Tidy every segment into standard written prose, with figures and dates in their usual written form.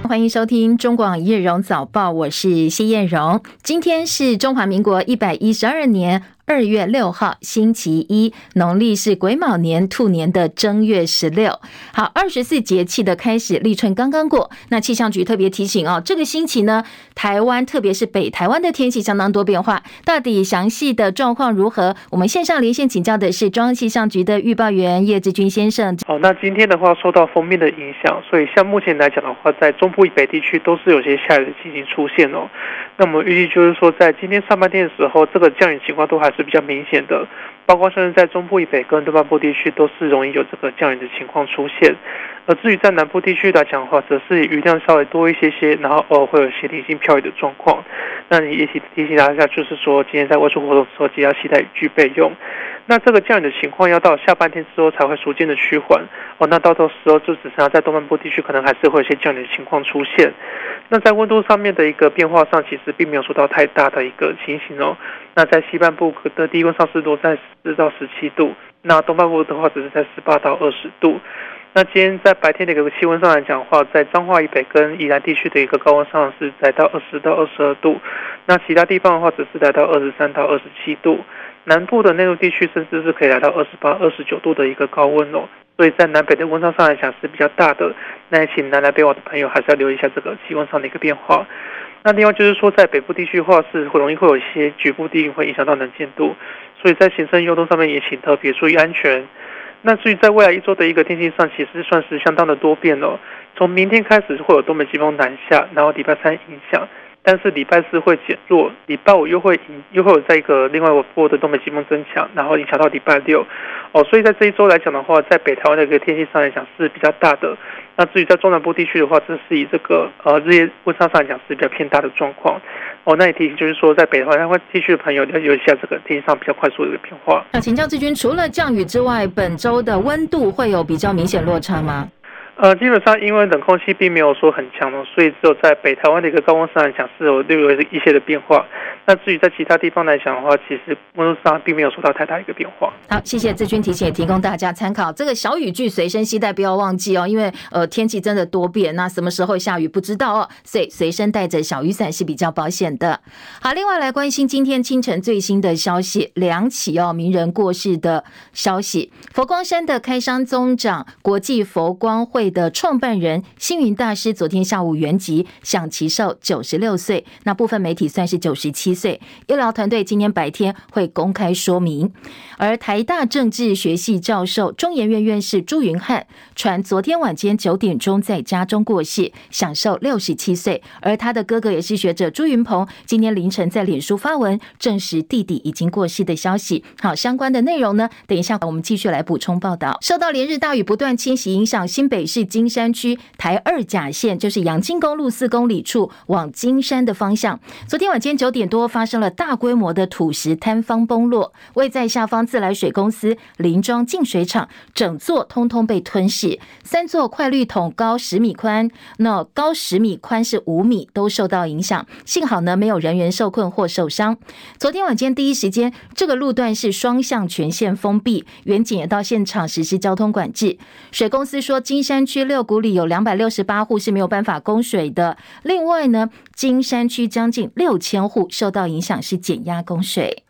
欢迎收听中广叶荣早报，我是谢燕荣。今天是中华民国112年2月6号星期一，农历是癸卯年兔年的正月16。好，24节气的开始，立春刚刚过。那气象局特别提醒这个星期呢，台湾特别是北台湾的天气相当多变化，到底详细的状况如何？我们线上连线请教的是中央气象局的预报员叶志军先生。 好，那今天的话受到锋面的影响，所以像目前来讲的话，在中部以北地区都是有些下雨的情形出现哦。那我们预计就是说，在今天上半天的时候，这个降雨情况都还是比较明显的，包括像是在中部以北跟东半部地区都是容易有这个降雨的情况出现。而至于在南部地区来讲的话，则是雨量稍微多一些些，然后偶尔会有些零星飘雨的状况。那你也提醒大家，就是说今天在外出活动的时候，记得要携带雨具备用。那这个降雨的情况要到下半天之后才会逐渐的趋缓那到时候就只剩下在东半部地区可能还是会有些降雨的情况出现。那在温度上面的一个变化上，其实并没有受到太大的一个情形哦。那在西半部的低温上是落在14到17度，那东半部的话只是在18到20度。那今天在白天的一个气温上来讲的话，在彰化以北跟宜兰地区的一个高温上是来到20到22度，那其他地方的话只是来到23到27度。南部的内陆地区甚至是可以来到28、29度的一个高温哦，所以在南北的温差上来讲是比较大的。那也请南来北往的朋友还是要留意一下这个气温上的一个变化。那另外就是说，在北部地区的话是容易会有一些局部地云会影响到能见度，所以在行车运动上面也请特别注意安全。那至于在未来一周的一个天气上，其实算是相当的多变哦。从明天开始会有东北季风南下，然后礼拜3影响。但是礼拜4会减弱，礼拜5又会有在一个另外一波的东北季风增强，然后影响到礼拜6所以在这一周来讲的话，在北台湾的一个天气上来讲是比较大的。那至于在中南部地区的话，这是以这个日夜温差上来讲是比较偏大的状况那也提醒就是说，在北台湾地区的朋友要有一下这个天气上比较快速的一个变化。 请教志军，除了降雨之外，本周的温度会有比较明显落差吗？ 基本上因为冷空气并没有说很强所以只有在北台湾的一个高温上来讲是有略有一些的变化。那至于在其他地方来讲的话，其实温度上并没有受到太大一个变化。 好，谢谢志军提醒，也提供大家参考。这个小雨具随身携带不要忘记因为天气真的多变，那什么时候下雨不知道所以随身带着小雨伞是比较保险的。好，另外来关心今天清晨最新的消息，2起名人过世的消息。佛光山的开山宗长，国际佛光会的创办人星云大师昨天下午圆寂，享其寿96岁，那部分媒体算是97岁。医疗团队今天白天会公开说明。而台大政治学系教授、中研院院士朱云汉传昨天晚间9点钟在家中过世，享寿67岁。而他的哥哥也是学者朱云鹏，今天凌晨在脸书发文证实弟弟已经过世的消息。好，相关的内容呢，等一下我们继续来补充报道。受到连日大雨不断侵袭影响，新北市金山区台2甲线，就是阳金公路4公里处往金山的方向，昨天晚间9点多发生了大规模的土石坍方崩落，位在下方自来水公司林庄净水厂整座通通被吞噬，3座快滤桶高10米宽，那高10米宽是5米都受到影响，幸好呢没有人员受困或受伤。昨天晚间第一时间，这个路段是双向全线封闭，远警也到现场实施交通管制。水公司说，金山区6股里有268户是没有办法供水的，另外呢，金山区将近6000户受到影响是减压供水。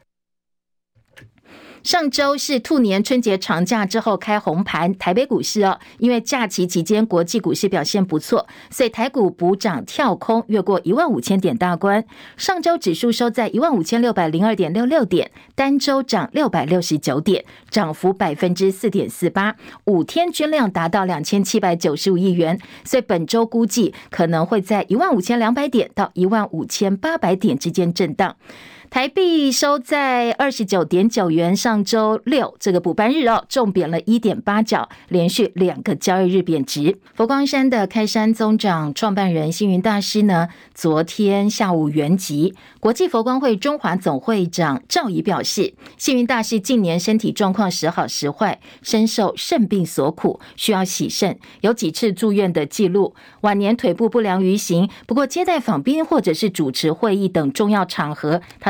上周是兔年春节长假之后开红盘，台北股市因为假期期间国际股市表现不错，所以台股补涨跳空越过15000点大关。上周指数收在15602.66点，单周涨669点，涨幅4.48%， 5天均量达到2795亿元，所以本周估计可能会在15200点到15800点之间震荡。台币收在29.9元，上周六这个补班日重贬了1.8角，连续2个交易日贬值。佛光山的开山宗长创办人星云大师呢，昨天下午圆寂。国际佛光会中华总会长赵怡表示，星云大师近年身体状况时好时坏，深受肾病所苦，需要洗肾，有几次住院的记录，晚年腿部不良于行，不过接待访宾或者是主持会议等重要场合，他都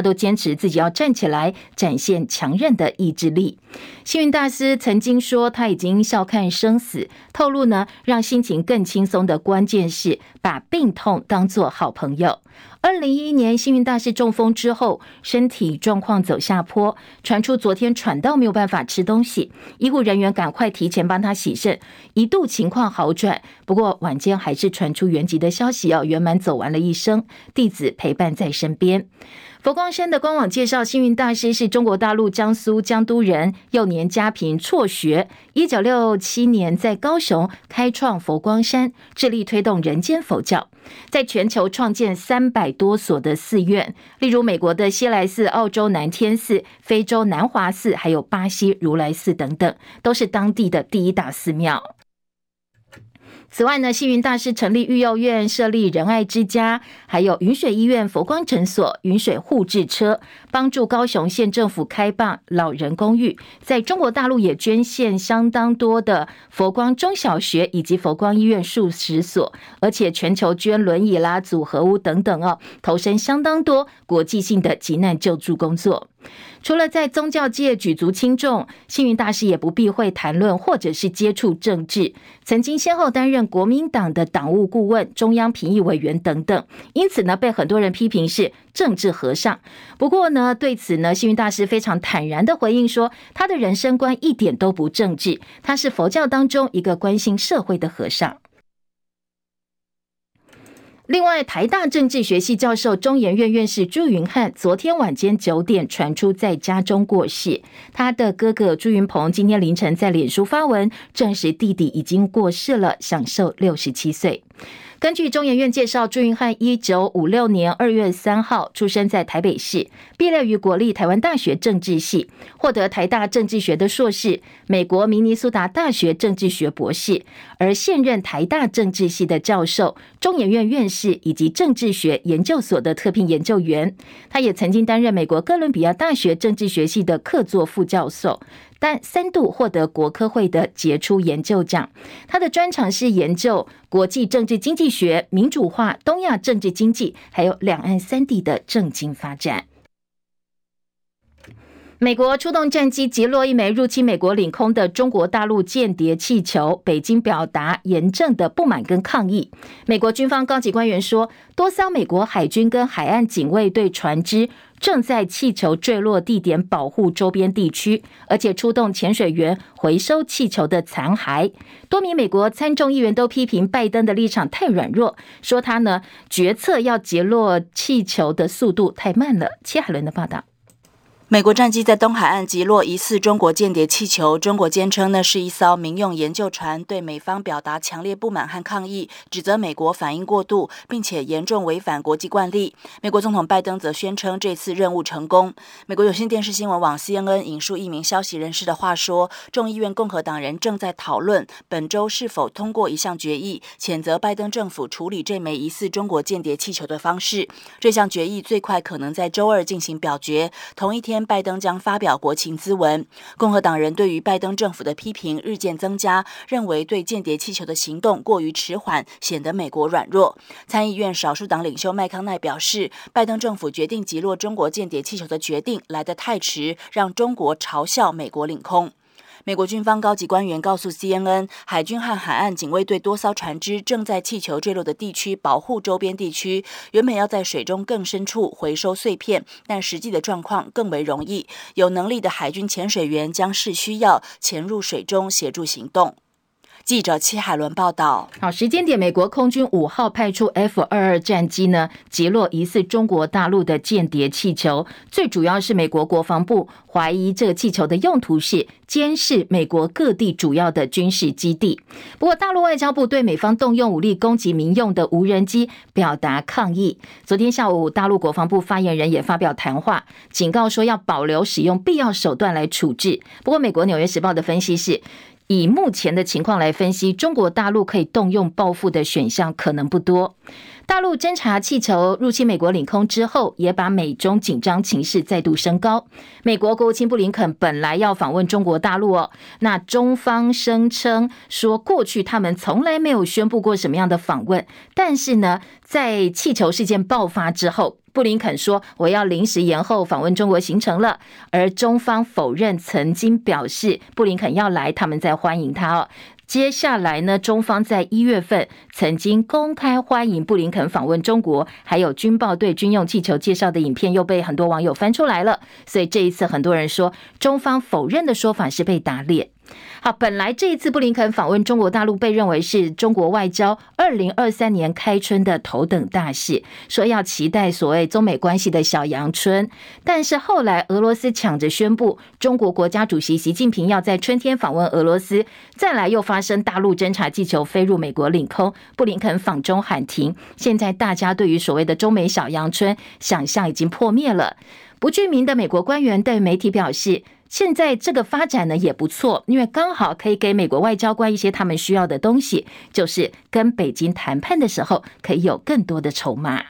都坚持自己要站起来，展现强韧的意志力。星云大师曾经说，他已经笑看生死，透露呢，让心情更轻松的关键是把病痛当作好朋友。2011年，星云大师中风之后，身体状况走下坡，传出昨天喘到没有办法吃东西，医护人员赶快提前帮他洗肾，一度情况好转。不过晚间还是传出原籍的消息，圆满走完了一生，弟子陪伴在身边。佛光山的官网介绍，星云大师是中国大陆江苏江都人，幼年家贫辍学，1967年在高雄开创佛光山，致力推动人间佛教，在全球创建300多所的寺院，例如美国的西来寺、澳洲南天寺、非洲南华寺，还有巴西如来寺等等，都是当地的第一大寺庙。此外呢，星云大师成立育幼院，设立仁爱之家，还有云水医院、佛光诊所、云水护治车，帮助高雄县政府开办老人公寓。在中国大陆也捐献相当多的佛光中小学以及佛光医院数十所，而且全球捐轮椅啦、组合屋等等投身相当多国际性的急难救助工作。除了在宗教界举足轻重，星云大师也不避讳谈论或者是接触政治，曾经先后担任国民党的党务顾问、中央评议委员等等，因此呢，被很多人批评是政治和尚。不过呢，对此呢，星云大师非常坦然的回应说，他的人生观一点都不政治，他是佛教当中一个关心社会的和尚。另外，台大政治学系教授、中研院院士朱云汉昨天晚间9点传出在家中过世。他的哥哥朱云鹏今天凌晨在脸书发文证实弟弟已经过世了，享受67岁。根据中研院介绍，朱云汉1956年2月3号出生在台北市，毕业于国立台湾大学政治系，获得台大政治学的硕士，美国明尼苏达大学政治学博士，而现任台大政治系的教授、中研院院士以及政治学研究所的特聘研究员。他也曾经担任美国哥伦比亚大学政治学系的客座副教授，但3度获得国科会的杰出研究奖。他的专长是研究国际政治经济学、民主化、东亚政治经济，还有两岸3地的政经发展。美国出动战机击落一枚入侵美国领空的中国大陆间谍气球，北京表达严正的不满跟抗议。美国军方高级官员说，多艘美国海军跟海岸警卫队船只正在气球坠落地点保护周边地区，而且出动潜水员回收气球的残骸。多名美国参众议员都批评拜登的立场太软弱，说他呢决策要击落气球的速度太慢了。戚海伦的报道。 美国战机在东海岸击落疑似中国间谍气球，中国坚称那是一艘民用研究船，对美方表达强烈不满和抗议，指责美国反应过度，并且严重违反国际惯例。美国总统拜登则宣称这次任务成功。美国有线电视新闻网 CNN 引述一名消息人士的话说，众议院共和党人正在讨论本周是否通过一项决议，谴责拜登政府处理这枚疑似中国间谍气球的方式。这项决议最快可能在周二进行表决，同一天拜登将发表国情咨文。共和党人对于拜登政府的批评日渐增加，认为对间谍气球的行动过于迟缓，显得美国软弱。参议院少数党领袖麦康奈表示，拜登政府决定击落中国间谍气球的决定来得太迟，让中国嘲笑美国领空。美国军方高级官员告诉 CNN， 海军和海岸警卫队多艘船只正在气球坠落的地区保护周边地区，原本要在水中更深处回收碎片，但实际的状况更为容易。有能力的海军潜水员将视需要潜入水中协助行动。记者戚海伦报道。 好，时间点，美国空军5号派出 F-22 战机呢，击落疑似中国大陆的间谍气球。最主要是美国国防部怀疑这个气球的用途是监视美国各地主要的军事基地。不过，大陆外交部对美方动用武力攻击民用的无人机表达抗议。昨天下午，大陆国防部发言人也发表谈话，警告说要保留使用必要手段来处置。不过，美国《纽约时报》的分析是，以目前的情况来分析，中国大陆可以动用报复的选项可能不多。 大陆侦察气球入侵美国领空之后，也把美中紧张情势再度升高。美国国务卿布林肯本来要访问中国大陆那中方声称说过去他们从来没有宣布过什么样的访问，但是呢，在气球事件爆发之后，布林肯说我要临时延后访问中国行程了，而中方否认曾经表示布林肯要来，他们在欢迎他接下来呢，中方在1月份曾经公开欢迎布林肯访问中国，还有军报对军用气球介绍的影片又被很多网友翻出来了，所以这一次很多人说中方否认的说法是被打脸。好，本来这一次布林肯访问中国大陆被认为是中国外交2023年开春的头等大事，说要期待所谓中美关系的小阳春，但是后来俄罗斯抢着宣布中国国家主席习近平要在春天访问俄罗斯，再来又发生大陆侦察气球飞入美国领空，布林肯访中喊停，现在大家对于所谓的中美小阳春想象已经破灭了。不具名的美国官员对媒体表示，现在这个发展呢也不错，因为刚好可以给美国外交官一些他们需要的东西，就是跟北京谈判的时候可以有更多的筹码。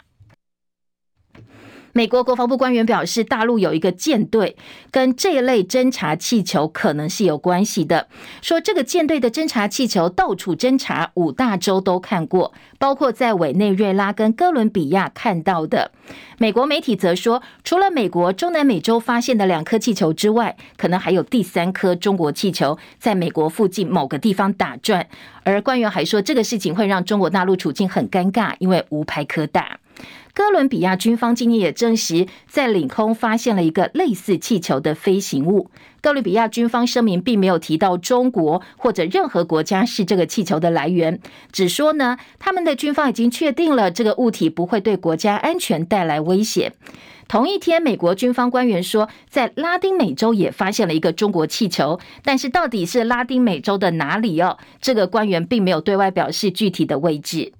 美国国防部官员表示，大陆有一个舰队跟这一类侦察气球可能是有关系的，说这个舰队的侦察气球到处侦察，5大洲都看过，包括在委内瑞拉跟哥伦比亚看到的。美国媒体则说，除了美国中南美洲发现的2颗气球之外，可能还有第3颗中国气球在美国附近某个地方打转，而官员还说这个事情会让中国大陆处境很尴尬，因为无牌可打。哥伦比亚军方今年也证实，在领空发现了一个类似气球的飞行物。哥伦比亚军方声明并没有提到中国或者任何国家是这个气球的来源，只说呢，他们的军方已经确定了这个物体不会对国家安全带来威胁。同一天，美国军方官员说，在拉丁美洲也发现了一个中国气球，但是到底是拉丁美洲的哪里这个官员并没有对外表示具体的位置。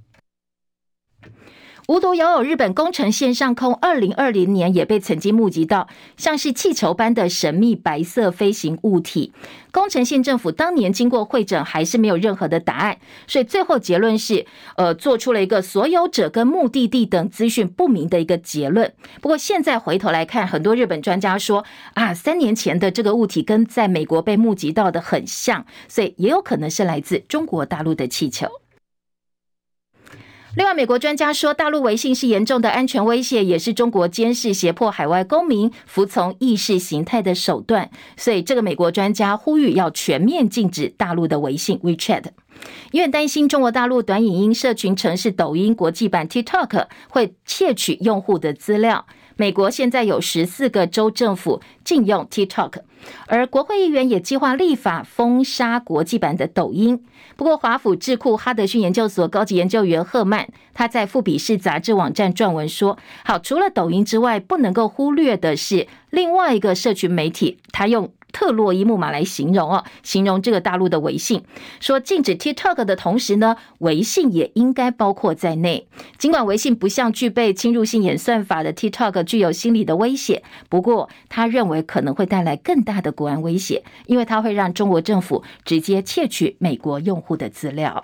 无独有偶，日本宫城县上空2020年也被曾经目击到像是气球般的神秘白色飞行物体。宫城县政府当年经过会诊还是没有任何的答案，所以最后结论是做出了一个所有者跟目的地等资讯不明的一个结论。不过现在回头来看，很多日本专家说3年前的这个物体跟在美国被目击到的很像，所以也有可能是来自中国大陆的气球。另外，美国专家说，大陆微信是严重的安全威胁，也是中国监视胁迫海外公民服从意识形态的手段，所以这个美国专家呼吁要全面禁止大陆的微信 WeChat， 因为担心中国大陆短影音社群程式抖音国际版 TikTok 会窃取用户的资料。美国现在有14个州政府禁用 TikTok， 而国会议员也计划立法封杀国际版的抖音。不过华府智库哈德逊研究所高级研究员赫曼，他在富比士杂志网站撰文说，好，除了抖音之外，不能够忽略的是另外一个社群媒体，他用特洛伊木马来形容这个大陆的微信，说禁止 TikTok 的同时呢，微信也应该包括在内。尽管微信不像具备侵入性演算法的 TikTok 具有心理的威胁，不过他认为可能会带来更大的国安威胁，因为它会让中国政府直接窃取美国用户的资料。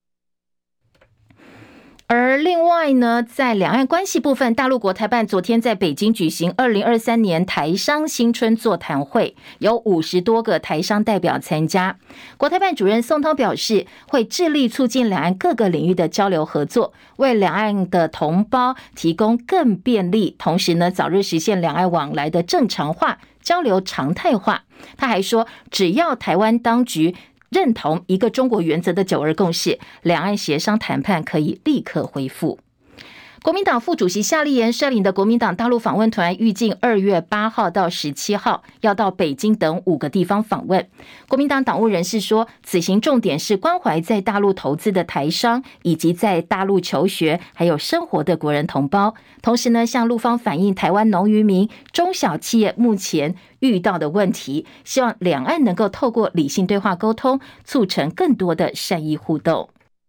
而另外呢，在两岸关系部分，大陆国台办昨天在北京举行2023年台商新春座谈会，有50多个台商代表参加。国台办主任宋涛表示，会致力促进两岸各个领域的交流合作，为两岸的同胞提供更便利，同时呢，早日实现两岸往来的正常化、交流常态化。他还说，只要台湾当局认同一个中国原则的9·2共识，两岸协商谈判可以立刻恢复。国民党副主席夏立言率领的国民党大陆访问团预计2月8号到17号要到北京等5个地方访问。国民党党务人士说，此行重点是关怀在大陆投资的台商以及在大陆求学还有生活的国人同胞，同时呢，向陆方反映台湾农渔民、中小企业目前遇到的问题，希望两岸能够透过理性对话沟通，促成更多的善意互动。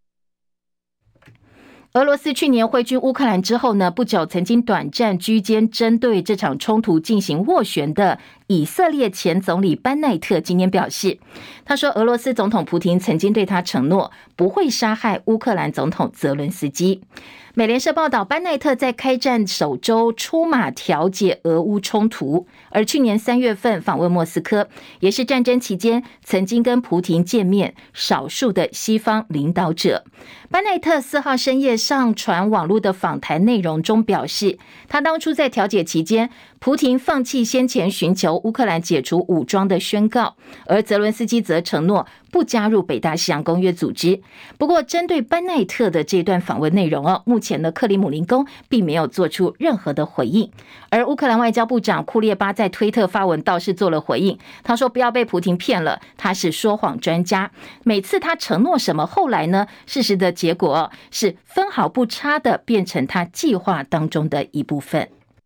俄罗斯去年挥军乌克兰之后呢，不久曾经短暂居间针对这场冲突进行斡旋的以色列前总理班奈特今天表示，他说俄罗斯总统普亭曾经对他承诺不会杀害乌克兰总统泽伦斯基。美联社报道，班奈特在开战首周出马调解俄乌冲突，而去年3月份访问莫斯科，也是战争期间曾经跟普亭见面少数的西方领导者。班奈特4号深夜上传网络的访谈内容中表示，他当初在调解期间，普亭放弃先前寻求乌克兰解除武装的宣告，而泽伦斯基则承诺不加入北大西洋公约组织。不过，针对班奈特的这段访问内容目前的克里姆林宫并没有做出任何的回应。而乌克兰外交部长库列巴在推特发文倒是做了回应，他说不要被普亭骗了，他是说谎专家，每次他承诺什么，后来呢，事实的结果是分毫不差的变成他计划当中的一部分。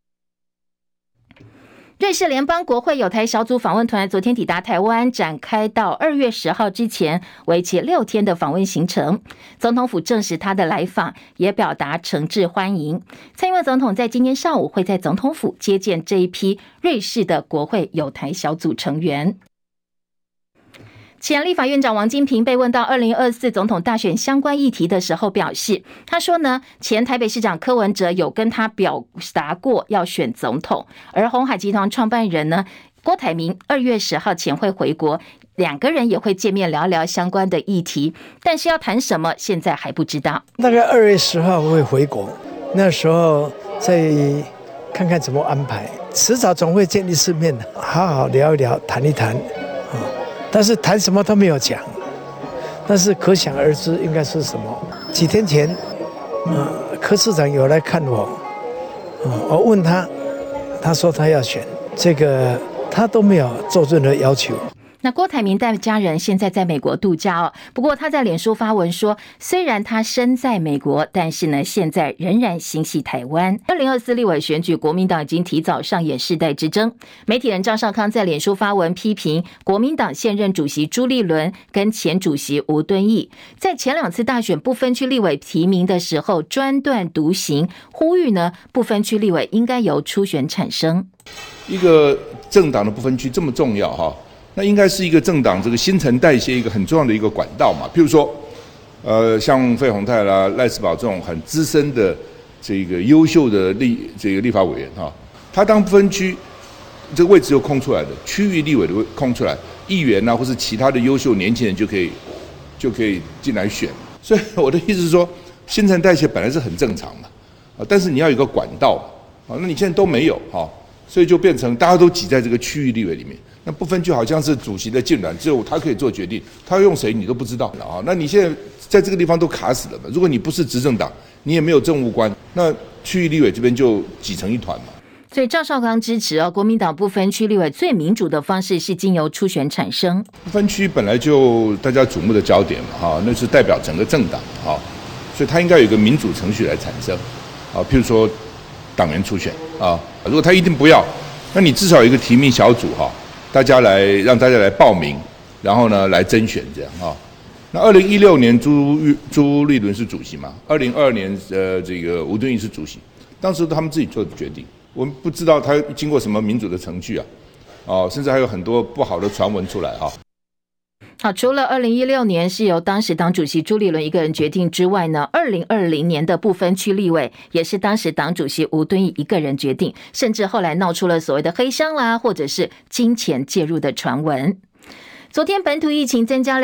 瑞士联邦国会友台小组访问团昨天抵达台湾，展开到2月10号之前为期6天的访问行程。总统府证实他的来访，也表达诚挚欢迎。蔡英文总统在今天上午会在总统府接见这一批瑞士的国会友台小组成员。前立法院长王金平被问到2024总统大选相关议题的时候表示，他说呢，前台北市长柯文哲有跟他表达过要选总统，而鸿海集团创办人呢郭台铭2月10号前会回国，两个人也会见面聊聊相关的议题，但是要谈什么现在还不知道。 大概2月10号会回国，那时候再看看怎么安排，迟早总会见一次面的，好好聊一聊，谈一谈但是谈什么都没有讲，但是可想而知应该是什么。几天前，柯市长有来看我，我问他，他说他要选，这个他都没有做任何要求。 那郭台铭带家人现在在美国度假不过他在脸书发文说，虽然他身在美国，但是呢，现在仍然心系台湾。2024立委选举，国民党已经提早上演世代之争。媒体人赵少康在脸书发文批评国民党现任主席朱立伦跟前主席吴敦义，在前2次大选不分区立委提名的时候专断独行，呼吁呢不分区立委应该由初选产生。 一个政党的不分区这么重要那应该是一个政党这个新陈代谢一个很重要的一个管道嘛。譬如说，像费鸿泰啦、赖士葆这种很资深的这个优秀的立法委员他当不分区这个位置又空出来的，区域立委的空出来，议员或是其他的优秀年轻人就可以进来选。所以我的意思是说，新陈代谢本来是很正常嘛，但是你要有一个管道那你现在都没有所以就变成大家都挤在这个区域立委里面。那不分区好像是主席的禁脔，只有他可以做决定，他用谁你都不知道那你现在在这个地方都卡死了嘛？如果你不是执政党，你也没有政务官，那区域立委这边就挤成一团嘛。 所以赵少康支持国民党不分区立委最民主的方式是经由初选产生。 不分区本来就大家瞩目的焦点嘛那是代表整个政党所以他应该有一个民主程序来产生譬如说党员初选如果他一定不要，那你至少有一个提名小组让大家来报名，然后呢来甄选这样那2016年朱立伦是主席嘛，2022年这个吴敦义是主席，当时他们自己做的决定，我们不知道他经过什么民主的程序甚至还有很多不好的传闻出来好，除了2016年是由当时党主席朱立伦一个人决定之外呢，2020年的不分区立委也是当时党主席吴敦义一个人决定，甚至后来闹出了所谓的黑箱啦，或者是金钱介入的传闻。昨天本土疫情增加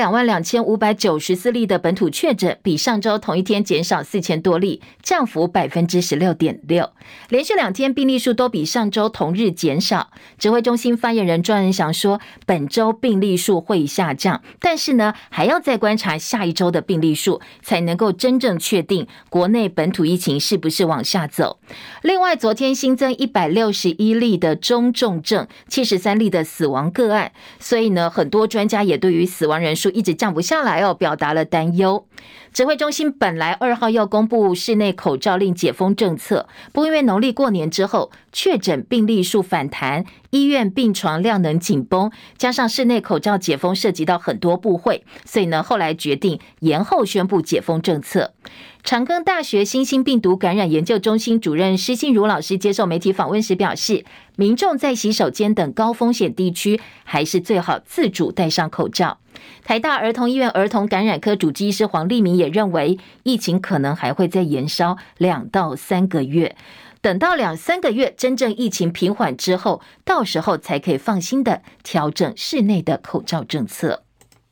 22594例的本土确诊，比上周同一天减少4000多例，降幅 16.6%。连续2天病例数都比上周同日减少。指挥中心发言人庄仁祥说，本周病例数会下降，但是呢，还要再观察下一周的病例数，才能够真正确定国内本土疫情是不是往下走。另外，昨天新增161例的中重症，73例的死亡个案，所以呢，很多专家也对于死亡人数一直降不下来表达了担忧。 指挥中心本来2号要公布室内口罩令解封政策，不过因为农历过年之后确诊病例数反弹，医院病床量能紧绷，加上室内口罩解封涉及到很多部会，所以呢后来决定延后宣布解封政策。长庚大学新兴病毒感染研究中心主任施欣如老师接受媒体访问时表示，民众在洗手间等高风险地区还是最好自主戴上口罩。台大儿童医院儿童感染科主治医师黄立明也认为，疫情可能还会再延烧2到3个月，等到2-3个月真正疫情平缓之后，到时候才可以放心的调整室内的口罩政策。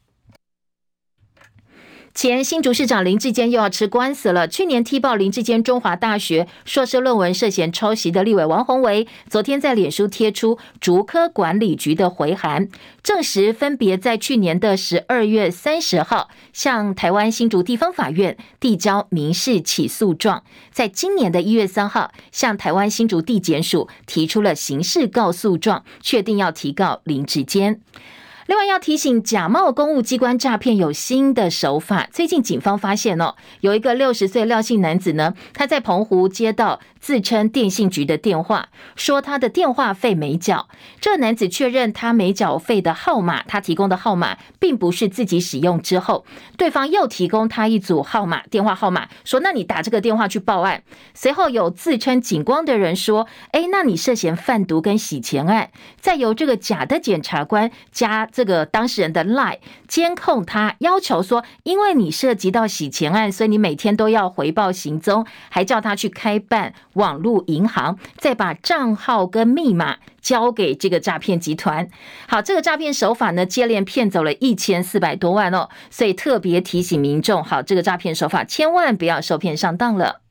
前新竹市长林志坚又要吃官司了。去年踢爆林志坚中华大学硕士论文涉嫌抄袭的立委王宏维，昨天在脸书贴出竹科管理局的回函，证实分别在去年的12月30号向台湾新竹地方法院递交民事起诉状，在今年的1月3号向台湾新竹地检署提出了刑事告诉状，确定要提告林志坚。另外要提醒，假冒公务机关诈骗有新的手法。最近警方发现有一个60岁廖姓男子呢，他在澎湖接到自称电信局的电话，说他的电话费没缴。这男子确认他没缴费的号码，他提供的号码并不是自己使用之后，对方又提供他一组号码，电话号码，说那你打这个电话去报案。随后有自称警光的人说，那你涉嫌贩毒跟洗钱案，再由这个假的检察官加这个当事人的 LINE 监控他，要求说因为你涉及到洗钱案，所以你每天都要回报行踪，还叫他去开办网络银行，再把账号跟密码交给这个诈骗集团。好，这个诈骗手法呢，接连骗走了1400多万所以特别提醒民众，好，这个诈骗手法千万不要受骗上当了。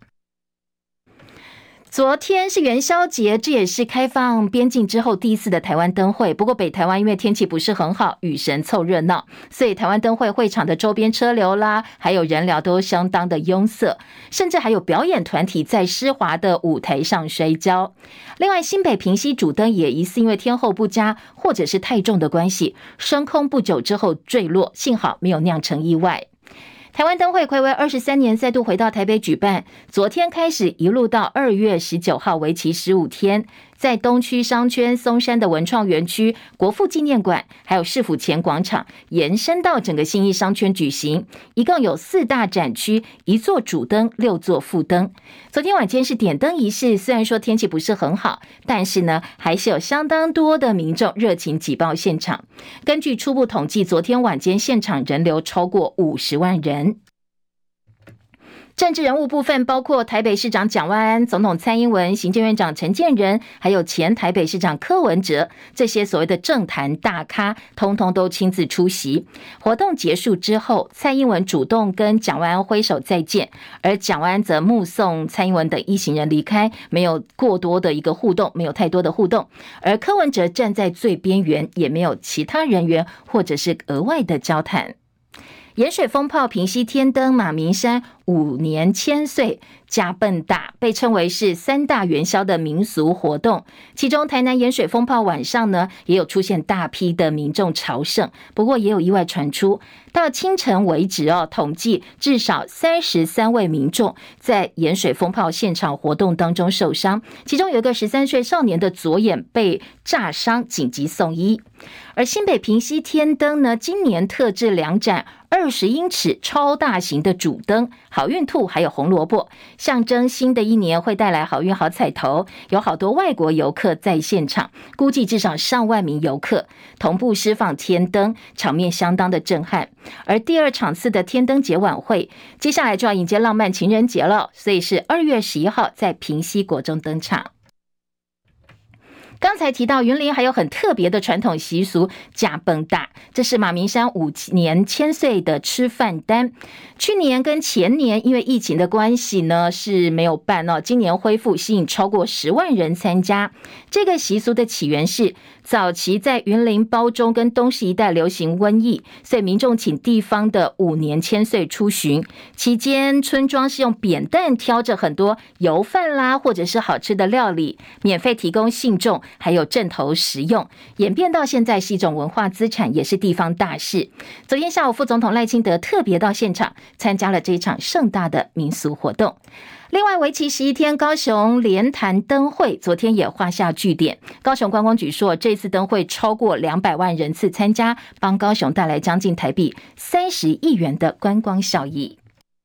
昨天是元宵节，这也是开放边境之后第一次的台湾灯会。不过北台湾因为天气不是很好，雨神凑热闹，所以台湾灯会会场的周边车流啦，还有人流都相当的拥塞，甚至还有表演团体在湿滑的舞台上摔跤。另外新北平溪主灯也疑似因为天候不佳或者是太重的关系，升空不久之后坠落，幸好没有酿成意外。台湾灯会睽违23年再度回到台北举办，昨天开始一路到2月19号，为期15天，在东区商圈松山的文创园区、国父纪念馆还有市府前广场延伸到整个信义商圈举行，一共有4大展区，1座主灯，6座副灯。昨天晚间是点灯仪式，虽然说天气不是很好，但是呢还是有相当多的民众热情挤爆现场。根据初步统计，昨天晚间现场人流超过50万人。政治人物部分包括台北市长蒋万安、总统蔡英文、行政院长陈建仁，还有前台北市长柯文哲，这些所谓的政坛大咖通通都亲自出席。活动结束之后，蔡英文主动跟蒋万安挥手再见，而蒋万安则目送蔡英文等一行人离开，没有过多的一个互动，没有太多的互动。而柯文哲站在最边缘，也没有其他人员或者是额外的交谈。盐水风炮、平溪天灯、马鸣山5年千岁加笨大，被称为是3大元宵的民俗活动。其中台南盐水风炮晚上呢，也有出现大批的民众朝圣，不过也有意外传出，到清晨为止统计至少33位民众在盐水风炮现场活动当中受伤，其中有一个13岁少年的左眼被炸伤，紧急送医。而新北平溪天灯呢，今年特制2盏20英尺超大型的主灯，好运兔还有红萝卜，象征新的一年会带来好运好彩头。有好多外国游客在现场，估计至少上万名游客同步释放天灯，场面相当的震撼。而第2场次的天灯节晚会，接下来就要迎接浪漫情人节了，所以是2月11号在平溪国中登场。刚才提到云林还有很特别的传统习俗加崩大，这是马鸣山5年千岁的吃饭单。去年跟前年因为疫情的关系呢是没有办今年恢复，吸引超过10万人参加。这个习俗的起源是早期在云林褒忠跟东势一带流行瘟疫，所以民众请地方的5年千岁出巡，期间村庄是用扁担挑着很多油饭啦或者是好吃的料理，免费提供信众还有阵头食用，演变到现在是一种文化资产，也是地方大事。昨天下午，副总统赖清德特别到现场参加了这一场盛大的民俗活动。另外，为期11天高雄莲潭灯会昨天也画下句点。高雄观光局说，这次灯会超过200万人次参加，帮高雄带来将近台币30亿元的观光效益。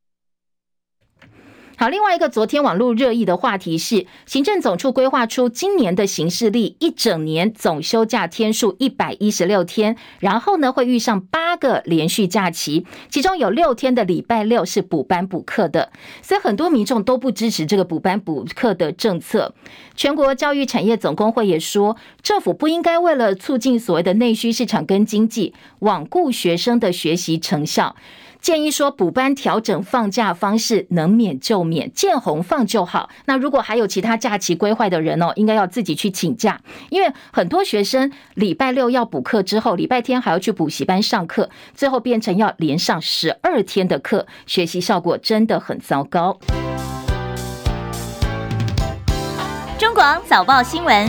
好，另外一个昨天网络热议的话题是，行政总处规划出今年的行事历一整年总休假天数116天，然后呢会遇上8个连续假期，其中有6天的礼拜六是补班补课的，所以很多民众都不支持这个补班补课的政策。全国教育产业总工会也说，政府不应该为了促进所谓的内需市场跟经济，罔顾学生的学习成效。建议说补班调整放假方式，能免就免，见红放就好。那如果还有其他假期规划的人应该要自己去请假，因为很多学生礼拜六要补课之后，礼拜天还要去补习班上课，最后变成要连上12天的课，学习效果真的很糟糕。 中广早报新闻。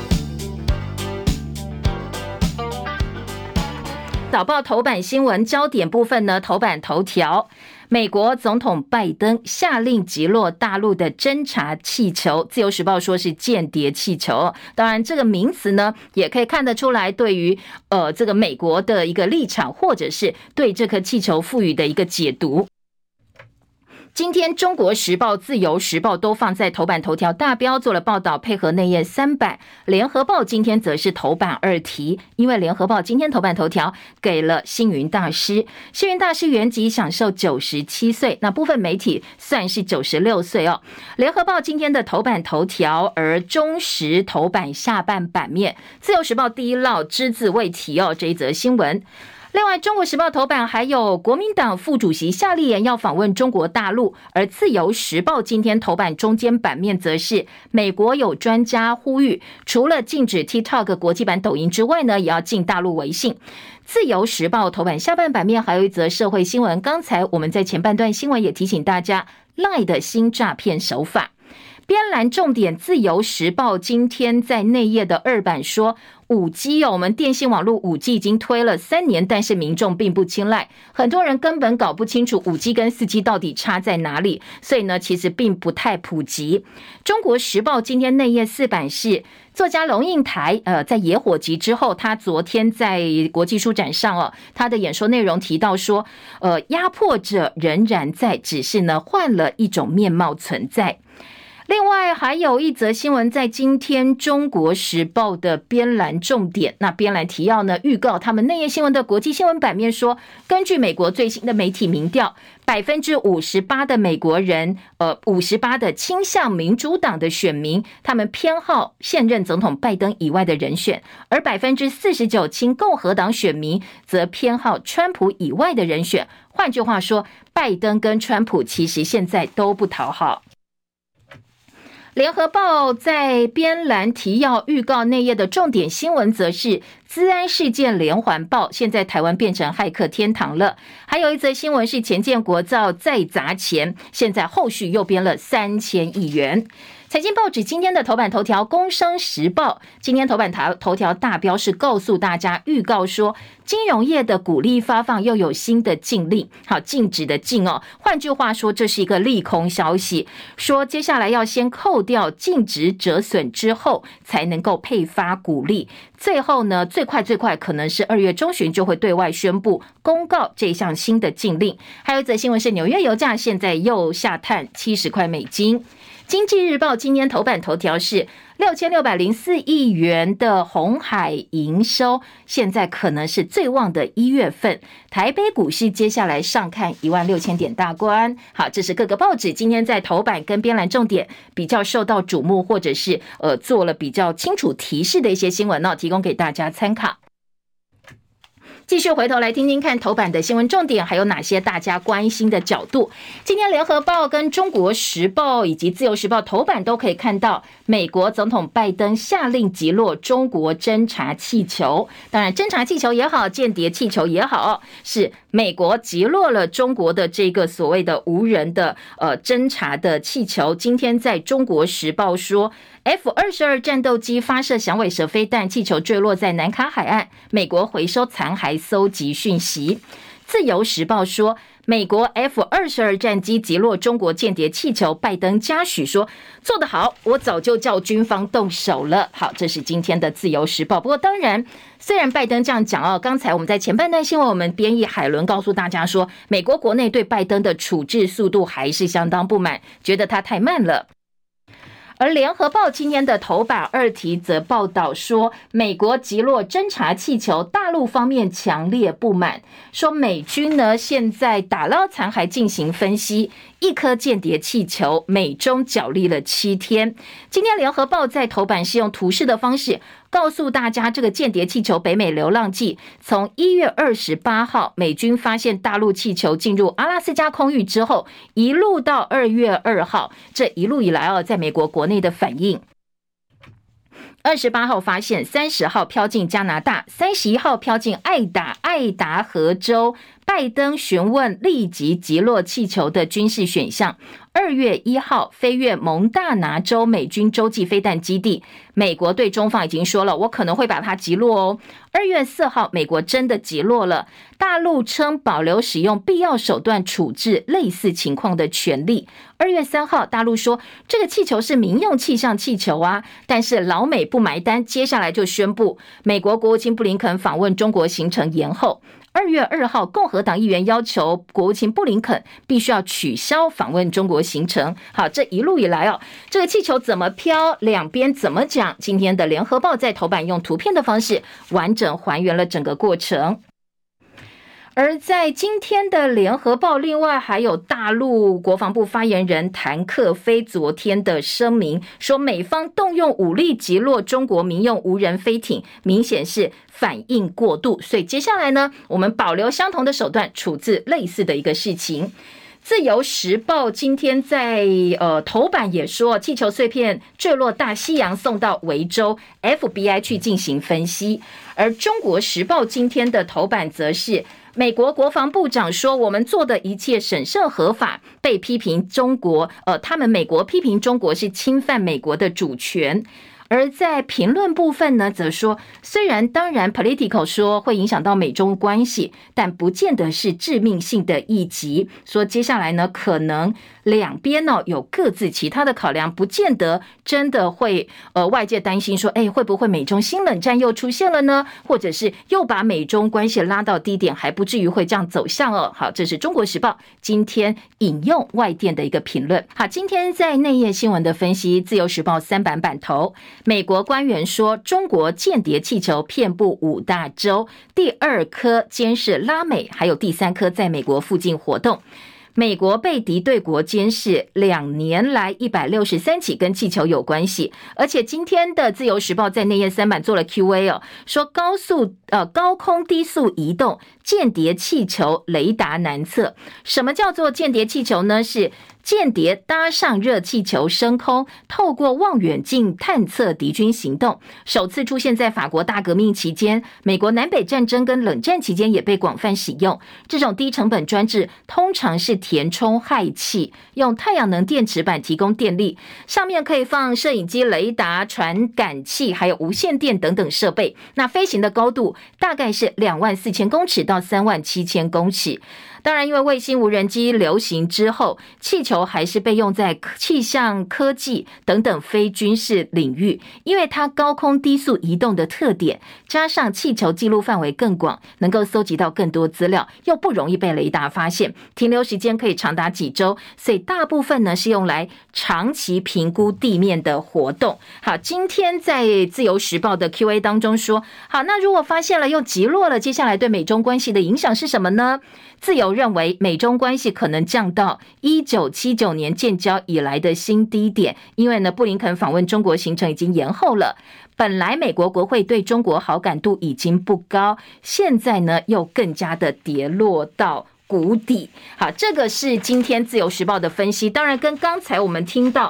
早报头版新闻焦点部分呢，头版头条，美国总统拜登下令击落大陆的侦察气球，自由时报说是间谍气球。当然这个名词呢也可以看得出来对于这个美国的一个立场，或者是对这颗气球赋予的一个解读。今天中国时报、自由时报都放在头版头条大标做了报道，配合内页3版。联合报今天则是头版2题，因为联合报今天头版头条给了星云大师，星云大师原籍享受97岁，那部分媒体算是96岁哦。联合报今天的头版头条，而中时头版下半版面，自由时报第一烙只字未提哦这一则新闻。另外，中国时报头版还有国民党副主席夏立言要访问中国大陆，而自由时报今天头版中间版面则是美国有专家呼吁，除了禁止 TikTok 国际版抖音之外呢，也要禁大陆微信。自由时报头版下半版面还有一则社会新闻，刚才我们在前半段新闻也提醒大家 LINE 的新诈骗手法。编栏重点，自由时报今天在内页的2版说，5G 我们电信网络 5G 已经推了3年，但是民众并不青睐，很多人根本搞不清楚 5G 跟 4G 到底差在哪里，所以呢其实并不太普及。中国时报今天内页4版是作家龙应台在野火集之后，他昨天在国际书展上他的演说内容提到说压迫者仍然在，只是呢换了一种面貌存在。另外还有一则新闻在今天中国时报的编栏重点，那编栏提要呢预告他们内页新闻的国际新闻版面说，根据美国最新的媒体民调，58% 的美国人58%的倾向民主党的选民，他们偏好现任总统拜登以外的人选，而49%亲共和党选民则偏好川普以外的人选。换句话说，拜登跟川普其实现在都不讨好。联合报在编栏提要预告内页的重点新闻则是资安事件连环爆，现在台湾变成骇客天堂了。还有一则新闻是前建国造再砸钱，现在后续又编了3000亿元。财经报纸今天的头版头条，工商时报今天头版头条大标是告诉大家预告说，金融业的股利发放又有新的禁令，好，禁止的禁换句话说，这是一个利空消息，说接下来要先扣掉净值折损之后才能够配发股利，最后呢最快可能是2月中旬就会对外宣布公告这项新的禁令。还有一则新闻是纽约油价现在又下探70块美金。经济日报今天头版头条是6604亿元的鸿海营收，现在可能是最旺的1月份。台北股市接下来上看16000点大关。好，这是各个报纸今天在头版跟编栏重点比较受到瞩目，或者是做了比较清楚提示的一些新闻提供给大家参考。继续回头来听听看头版的新闻重点还有哪些大家关心的角度。今天联合报跟中国时报以及自由时报头版都可以看到，美国总统拜登下令击落中国侦察气球。当然侦察气球也好，间谍气球也好，是美国击落了中国的这个所谓的无人的侦察的气球。今天在中国时报说 F-22 战斗机发射响尾蛇飞弹，气球坠落在南卡海岸，美国回收残骸搜集讯息。自由时报说美国 F-22 战机击落中国间谍气球，拜登嘉许说做得好，我早就叫军方动手了。好，这是今天的自由时报。不过当然虽然拜登这样讲刚才我们在前半段新闻我们编译海伦告诉大家说，美国国内对拜登的处置速度还是相当不满，觉得他太慢了。而联合报今天的头版二题则报道说，美国击落侦察气球，大陆方面强烈不满，说美军呢现在打捞残骸进行分析，一颗间谍气球美中角力了7天。今天联合报在头版是用图示的方式告诉大家，这个间谍气球北美流浪记从1月28号美军发现大陆气球进入阿拉斯加空域之后，一路到2月2号，这一路以来在美国国内的反应。28号发现，30号飘进加拿大，31号飘进爱达荷州。拜登询问立即击落气球的军事选项。2月1号飞越蒙大拿州美军洲际飞弹基地，美国对中方已经说了，我可能会把它击落2月4号美国真的击落了，大陆称保留使用必要手段处置类似情况的权利。2月3号大陆说这个气球是民用气象气球但是老美不买单，接下来就宣布美国国务卿布林肯访问中国行程延后。2月2号共和党议员要求国务卿布林肯必须要取消访问中国行程。好，这一路以来这个气球怎么飘，两边怎么讲，今天的联合报在头版用图片的方式完整还原了整个过程。而在今天的联合报，另外还有大陆国防部发言人谭克飞昨天的声明，说美方动用武力击落中国民用无人飞艇，明显是反应过度，所以接下来呢，我们保留相同的手段处置类似的一个事情。自由时报今天在头版也说，气球碎片坠落大西洋，送到维州 FBI 去进行分析。而中国时报今天的头版则是美国国防部长说，我们做的一切审慎合法，被批评中国美国批评中国是侵犯美国的主权。而在评论部分呢，则说虽然当然 Political 说会影响到美中关系，但不见得是致命性的议题，说接下来呢可能两边有各自其他的考量，不见得真的会外界担心说会不会美中新冷战又出现了呢，或者是又把美中关系拉到低点，还不至于会这样走向好，这是中国时报今天引用外电的一个评论。好，今天在内页新闻的分析，自由时报3版版头，美国官员说中国间谍气球遍布5大洲，第2颗监视拉美，还有第3颗在美国附近活动。美国被敌对国监视2年来163起跟气球有关系，而且今天的自由时报在内页3版做了 QA 说高空低速移动间谍气球雷达难测。什么叫做间谍气球呢？是间谍搭上热气球升空，透过望远镜探测敌军行动，首次出现在法国大革命期间，美国南北战争跟冷战期间也被广泛使用。这种低成本装置通常是填充氦气，用太阳能电池板提供电力，上面可以放摄影机、雷达、传感器还有无线电等等设备。那飞行的高度大概是24000公尺到37000公尺。当然因为卫星无人机流行之后，气球还是被用在气象科技等等非军事领域，因为它高空低速移动的特点，加上气球记录范围更广，能够搜集到更多资料，又不容易被雷达发现，停留时间可以长达几周，所以大部分呢是用来长期评估地面的活动。好，今天在自由时报的 QA 当中说，好，那如果发现了又击落了，接下来对美中关系的影响是什么呢？自由认为美中关系可能降到1979年建交以来的新低点，因为呢布林肯访问中国行程已经延后了，本来美国国会对中国好感度已经不高，现在呢又更加的跌落到谷底。好，这个是今天自由时报的分析，当然跟刚才我们听到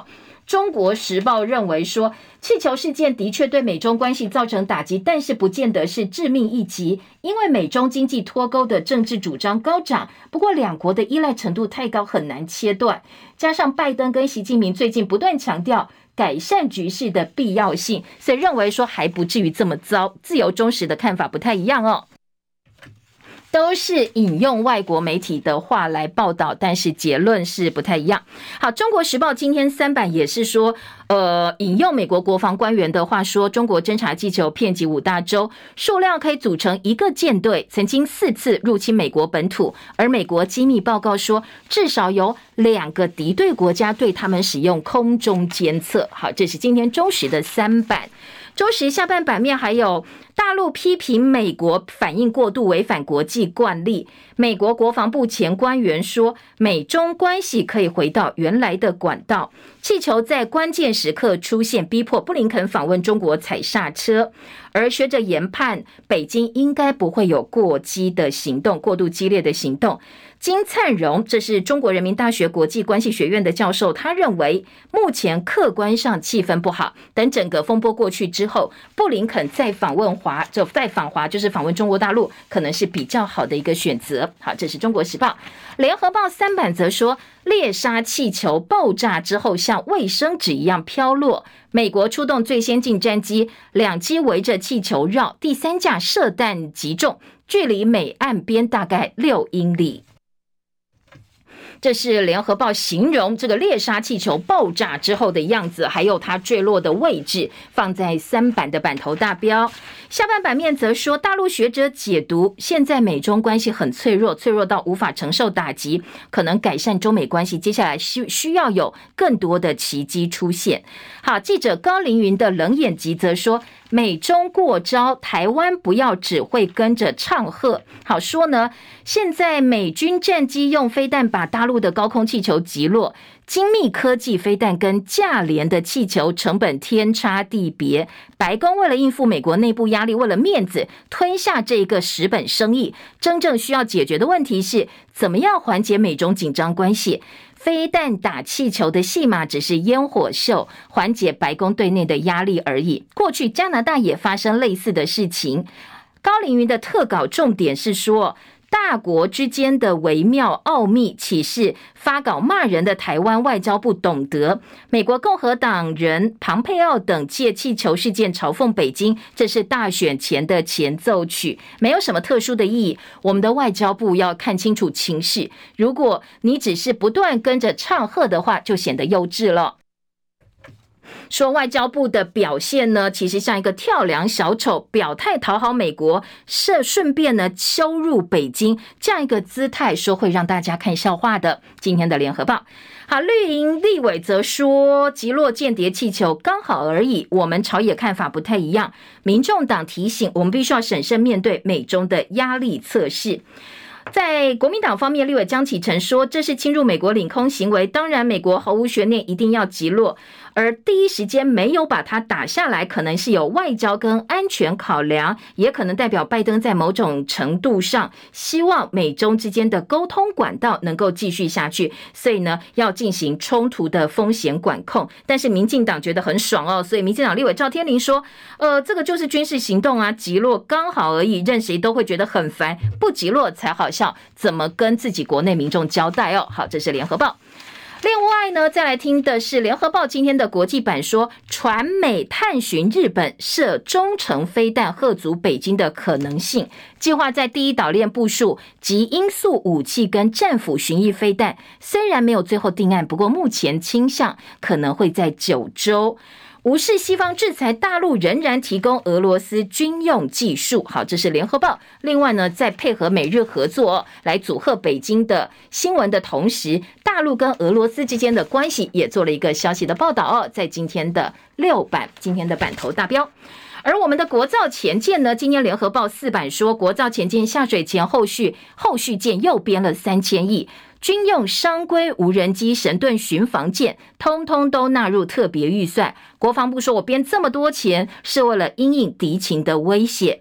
中国时报认为说，气球事件的确对美中关系造成打击，但是不见得是致命一击，因为美中经济脱钩的政治主张高涨，不过两国的依赖程度太高，很难切断。加上拜登跟习近平最近不断强调改善局势的必要性，所以认为说还不至于这么糟。自由中时的看法不太一样哦。都是引用外国媒体的话来报道，但是结论是不太一样。好，中国时报今天3版也是说，引用美国国防官员的话说，中国侦察气球遍及5大洲，数量可以组成一个舰队，曾经4次入侵美国本土，而美国机密报告说，至少有2个敌对国家对他们使用空中监测。好，这是今天中时的3版。中时下半版面还有大陆批评美国反应过度，违反国际惯例。美国国防部前官员说，美中关系可以回到原来的管道。气球在关键时刻出现，逼迫布林肯访问中国踩刹车。而学者研判，北京应该不会有过激的行动，过度激烈的行动。金灿荣，这是中国人民大学国际关系学院的教授，他认为目前客观上气氛不好，等整个风波过去之后，布林肯再访华就是访问中国大陆，可能是比较好的一个选择。好，这是中国时报。联合报3版则说，猎杀气球爆炸之后像卫生纸一样飘落，美国出动最先进战机，2机围着气球绕，第3架射弹击中，距离美岸边大概6英里。这是联合报形容这个猎杀气球爆炸之后的样子，还有它坠落的位置，放在3版的版头大标。下半版面则说，大陆学者解读，现在美中关系很脆弱，脆弱到无法承受打击，可能改善中美关系，接下来需要有更多的奇迹出现。好，记者高凌云的冷眼集则说，美中过招，台湾不要只会跟着唱和。好说呢，现在美军战机用飞弹把大陆的高空气球击落，精密科技飞弹跟价廉的气球成本天差地别。白宫为了应付美国内部压力，为了面子吞下这个蚀本生意，真正需要解决的问题是怎么样缓解美中紧张关系。飞弹打气球的戏码只是烟火秀，缓解白宫对内的压力而已。过去加拿大也发生类似的事情。高凌云的特稿重点是说，大国之间的微妙奥秘岂是发稿骂人的台湾外交部懂得？美国共和党人庞佩奥等借气球事件嘲讽北京，这是大选前的前奏曲，没有什么特殊的意义。我们的外交部要看清楚情势，如果你只是不断跟着唱和的话，就显得幼稚了。说外交部的表现呢，其实像一个跳梁小丑，表态讨好美国，顺便呢羞辱北京，这样一个姿态，说会让大家看笑话的。今天的联合报。好，绿营立委则说，击落间谍气球刚好而已，我们朝野看法不太一样。民众党提醒，我们必须要审慎面对美中的压力测试。在国民党方面，立委江启臣说，这是侵入美国领空行为，当然美国毫无悬念一定要击落，而第一时间没有把它打下来，可能是有外交跟安全考量，也可能代表拜登在某种程度上希望美中之间的沟通管道能够继续下去，所以呢要进行冲突的风险管控。但是民进党觉得很爽哦，所以民进党立委赵天麟说，这个就是军事行动啊，击落刚好而已，任谁都会觉得很烦，不击落才好笑，怎么跟自己国内民众交代哦？好，这是联合报。另外呢，再来听的是联合报今天的国际版说，传美探寻日本射中程飞弹嚇阻北京的可能性，计划在第一岛链部署极音速武器跟战斧巡弋飞弹，虽然没有最后定案，不过目前倾向可能会在9州。无视西方制裁，大陆仍然提供俄罗斯军用技术。好，这是联合报。另外呢，在配合美日合作来阻吓北京的新闻的同时，大陆跟俄罗斯之间的关系也做了一个消息的报道在今天的6版，今天的版头大标。而我们的国造潜舰呢，今天联合报4版说，国造潜舰下水前后续舰又编了3000亿。军用商规无人机、神盾巡防舰通通都纳入特别预算。国防部说，我编这么多钱是为了因应敌情的威胁。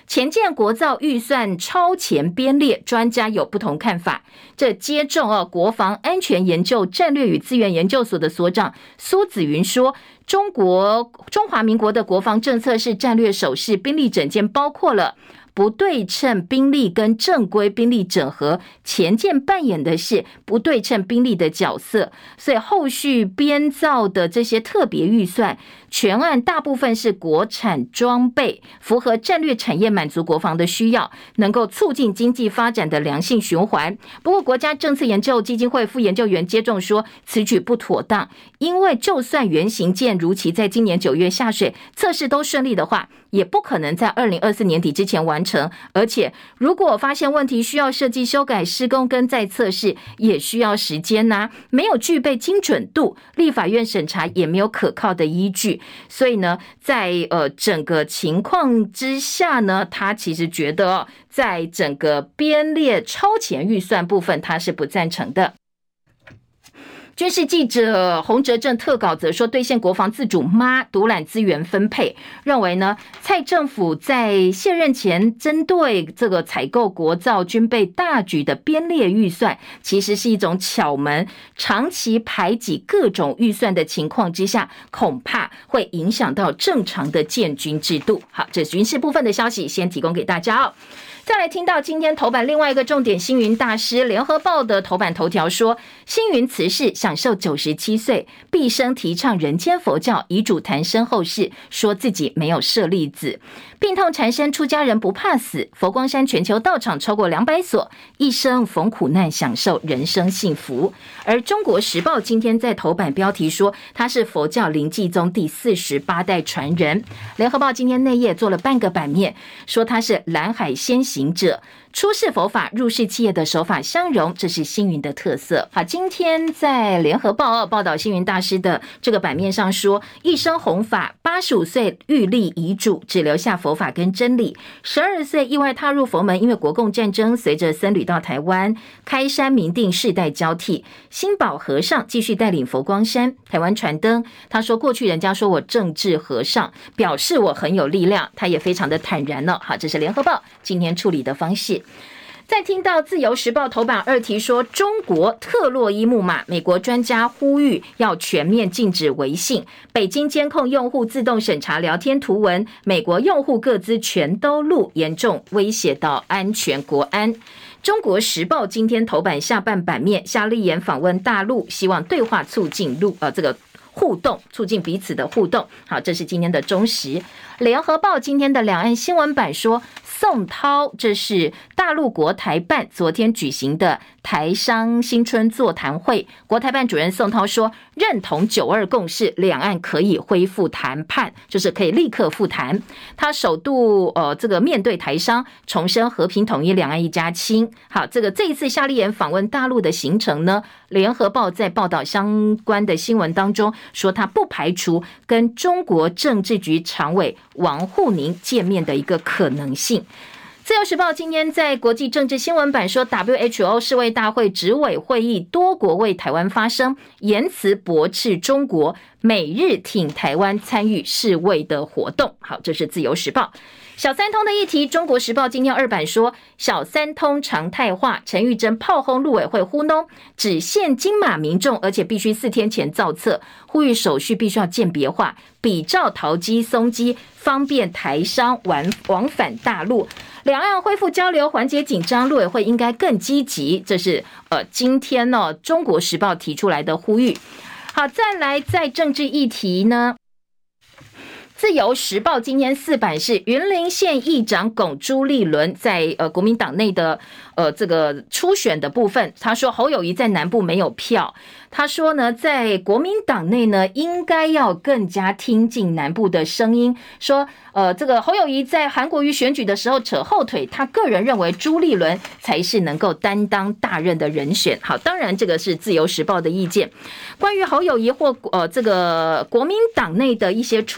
前建国造预算超前编列，专家有不同看法。这接种国防安全研究战略与资源研究所的所长苏子云说，中华民国的国防政策是战略守势，兵力整建包括了不对称兵力跟正规兵力整合，前舰扮演的是不对称兵力的角色，所以后续编造的这些特别预算全案大部分是国产装备，符合战略产业满足国防的需要，能够促进经济发展的良性循环。不过国家政策研究基金会副研究员接种说，此举不妥当，因为就算原型舰如期在今年9月下水，测试都顺利的话，也不可能在2024年底之前完成，而且如果发现问题需要设计修改施工跟再测试，也需要时间啊，没有具备精准度，立法院审查也没有可靠的依据。所以呢，在整个情况之下呢，他其实觉得在整个编列超前预算部分，他是不赞成的。军事记者洪哲正特稿则说，兑现国防自主吗？独揽资源分配，认为呢，蔡政府在卸任前针对这个采购国造军备大举的编列预算，其实是一种巧门，长期排挤各种预算的情况之下，恐怕会影响到正常的建军制度。好，这军事部分的消息先提供给大家哦。再来听到今天头版另外一个重点，星云大师，联合报的头版头条说，星云辞世享受97岁，毕生提倡人间佛教，遗嘱谈身后事，说自己没有舍利子，病痛缠身，出家人不怕死，佛光山全球道场超过200所，一生逢苦难，享受人生幸福。而中国时报今天在头版标题说，他是佛教临济宗第48代传人。联合报今天内页做了半个版面，说他是蓝海先行者，出世佛法入世企业的手法相融，这是星云的特色。好，今天在联合报报道星云大师的这个版面上说，一生弘法，85岁欲立遗嘱，只留下佛法跟真理。12岁意外踏入佛门，因为国共战争，随着僧侣到台湾，开山明定，世代交替。新宝和尚继续带领佛光山台湾传灯。他说，过去人家说我政治和尚，表示我很有力量，他也非常的坦然了。好，这是联合报今天处理的方式。再听到自由时报头版二题说，中国特洛伊木马，美国专家呼吁要全面禁止微信，北京监控用户自动审查聊天图文，美国用户个资全都录，严重威胁到安全国安。中国时报今天头版下半版面，夏立言访问大陆，希望对话促进这个互动，促进彼此的互动。好，这是今天的中时。联合报今天的两岸新闻版说，宋涛，这是大陆国台办昨天举行的台商新春座谈会，国台办主任宋涛说，认同9·2共识，两岸可以恢复谈判，就是可以立刻复谈。他首度这个面对台商，重申和平统一，两岸一家亲。好，这一次夏立言访问大陆的行程呢，联合报在报道相关的新闻当中说，他不排除跟中国政治局常委王沪宁见面的一个可能性。自由时报今天在国际政治新闻版说， WHO 世卫大会执委会议多国为台湾发声，言辞驳斥中国每日挺台湾参与世卫的活动。好，这是自由时报。小三通的议题，中国时报今天二版说，小三通常态化，陈玉珍炮轰陆委会糊弄，只限金马民众，而且必须4天前造册，呼吁手续必须要鉴别化，比照淘机松机，方便台商往返大陆。两岸恢复交流，缓解紧张，陆委会应该更积极，这是今天中国时报提出来的呼吁。好，再来在政治议题呢，自由时报今天4版是云林县议长龚朱立伦在国民党内的这个初选的部分，他说侯友宜在南部没有票，他说呢，在国民党内呢，应该要更加听进南部的声音，说这个侯友宜在韩国瑜选举的时候扯后腿，他个人认为朱立伦才是能够担当大任的人选。好，当然这个是自由时报的意见。关于侯友宜或这个国民党内的一些初选呢，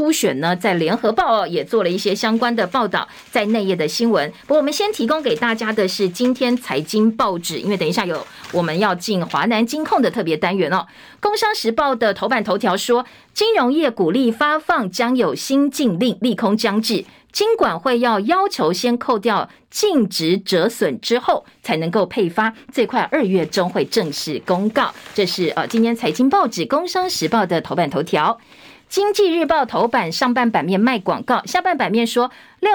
呢，在联合报也做了一些相关的报道，在内页的新闻。不过我们先提供给大家的是今天财经报纸，因为等一下我们要进华南金控的特别单元哦。工商时报的头版头条说，金融业股利发放将有新禁令，利空将至。金管会要求先扣掉净值折损之后才能够配发，最快2月中会正式公告。这是今天财经报纸工商时报的头版头条。经济日报头版上半版面卖广告，下半版面说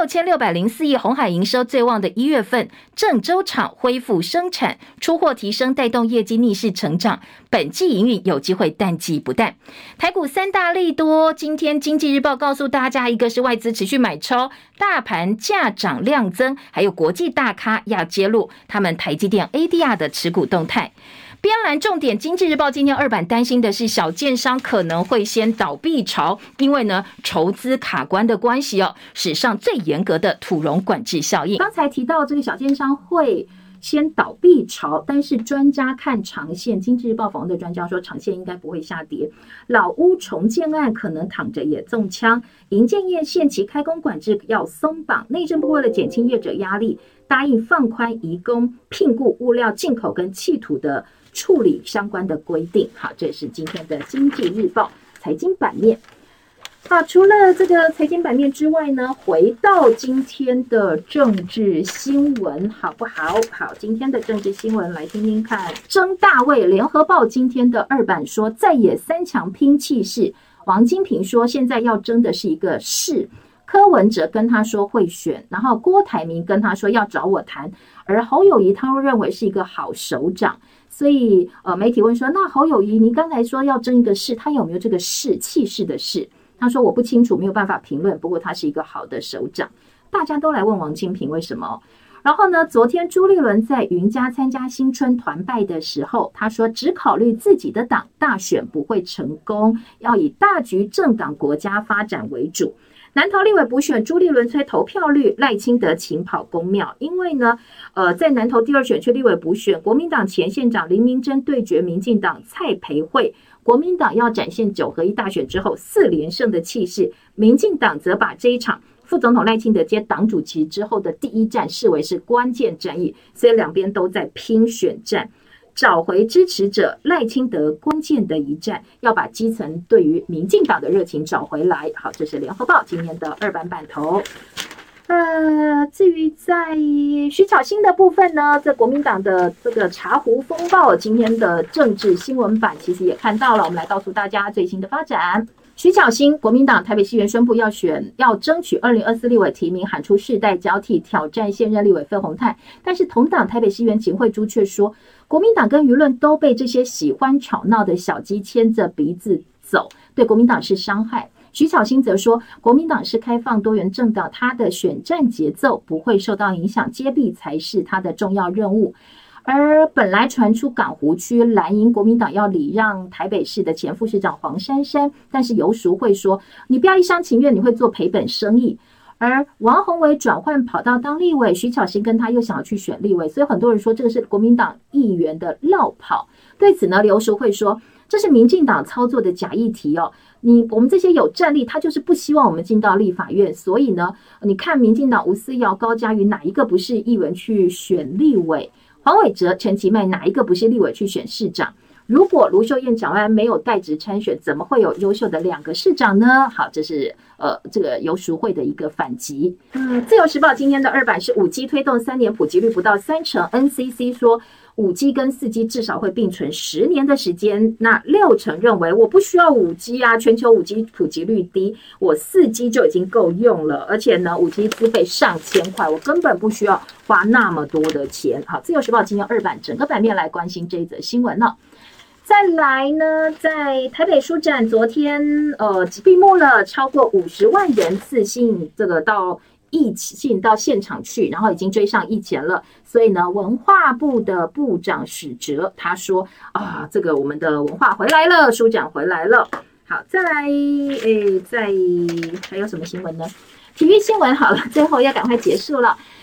6604亿鸿海营收最旺的1月份，郑州厂恢复生产，出货提升带动业绩逆势成长，本季营运有机会淡季不淡。台股3大利多，今天经济日报告诉大家，一个是外资持续买超，大盘价涨量增，还有国际大咖要揭露他们台积电 ADR 的持股动态。边栏重点，经济日报今天2版担心的是小建商可能会先倒闭潮，因为呢筹资卡关的关系史上最严格的土融管制效应。刚才提到这个小建商会先倒闭潮，但是专家看长线，经济日报访问的专家说长线应该不会下跌。老屋重建案可能躺着也中枪，营建业限期开工管制要松绑，内政部为了减轻业者压力，答应放宽移工聘雇物料进口跟弃土的处理相关的规定。好，这是今天的经济日报财经版面。好，除了这个财经版面之外呢，回到今天的政治新闻好不好？好，今天的政治新闻来听听看。曾大卫，联合报今天的2版说，在野3强拼气势。王金平说，现在要争的是一个势。柯文哲跟他说会选，然后郭台铭跟他说要找我谈，而侯友宜他认为是一个好首长。所以媒体问说，那侯友宜你刚才说要争一个势，他有没有这个势，气势的势？他说我不清楚，没有办法评论，不过他是一个好的首长。大家都来问王金平为什么。然后呢，昨天朱立伦在云嘉参加新春团拜的时候，他说只考虑自己的党，大选不会成功，要以大局政党国家发展为主。南投立委补选，朱立伦催投票率，赖清德请跑公庙。因为呢，在南投第2选区立委补选，国民党前县长林明珍对决民进党蔡培慧，国民党要展现9合1大选之后4连胜的气势，民进党则把这一场副总统赖清德接党主席之后的第1战视为是关键战役，所以两边都在拼选战。找回支持者，赖清德关键的一战，要把基层对于民进党的热情找回来。好，这是联合报今天的2版版头。至于在徐巧芯的部分呢，在国民党的这个茶壶风暴，今天的政治新闻版其实也看到了，我们来告诉大家最新的发展。徐巧芯，国民党台北市议员宣布要争取2024立委提名，喊出世代交替挑战现任立委费鸿泰。但是同党台北市议员景惠珠却说，国民党跟舆论都被这些喜欢吵闹的小鸡牵着鼻子走，对国民党是伤害。徐巧芯则说，国民党是开放多元政党，他的选战节奏不会受到影响，接弊才是他的重要任务。而本来传出港湖区蓝营国民党要礼让台北市的前副市长黄珊珊，但是游淑慧说，你不要一厢情愿，你会做赔本生意。而王宏伟转换跑道当立委，徐巧芯跟他又想要去选立委，所以很多人说这个是国民党议员的落跑。对此呢，游淑慧说，这是民进党操作的假议题哦。我们这些有战力，他就是不希望我们进到立法院，所以呢，你看民进党吴思瑶、高嘉瑜哪一个不是议员去选立委？黄伟哲、陈其迈哪一个不是立委去选市长？如果卢秀燕、蒋万安没有代职参选，怎么会有优秀的2个市长呢？好，这是这个游淑慧的一个反击。自由时报今天的2版是5G 推动3年普及率不到30%， NCC 说5G 跟4G 至少会并存10年的时间，那60%认为我不需要5G 啊，全球5G 普及率低，我4G 就已经够用了，而且呢5G 资费上千块，我根本不需要花那么多的钱。好，自由时报今天2版整个版面来关心这一则新闻了。再来呢，在台北书展昨天闭幕了，超过50万人次吸引到现场去，然后已经追上疫前了。所以呢，文化部的部长许哲他说这个我们的文化回来了，书展回来了。好，再来还有什么新闻呢？体育新闻好了，最后要赶快结束了。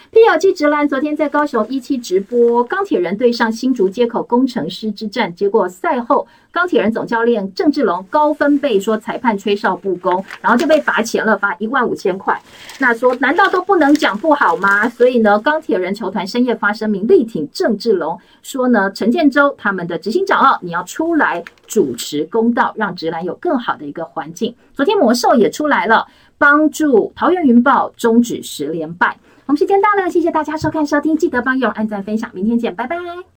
PLG 直篮昨天在高雄17直播钢铁人对上新竹街口工程师之战，结果赛后钢铁人总教练郑志龙高分贝说裁判吹哨不公，然后就被罚钱了，罚15000块。那说难道都不能讲不好吗？所以呢，钢铁人球团深夜发声明力挺郑志龙，说呢陈建州他们的执行长你要出来主持公道，让直篮有更好的一个环境。昨天魔兽也出来了，帮助桃园云豹终止10连败。我们时间到了，谢谢大家收看收听，记得帮友按赞分享，明天见，拜拜。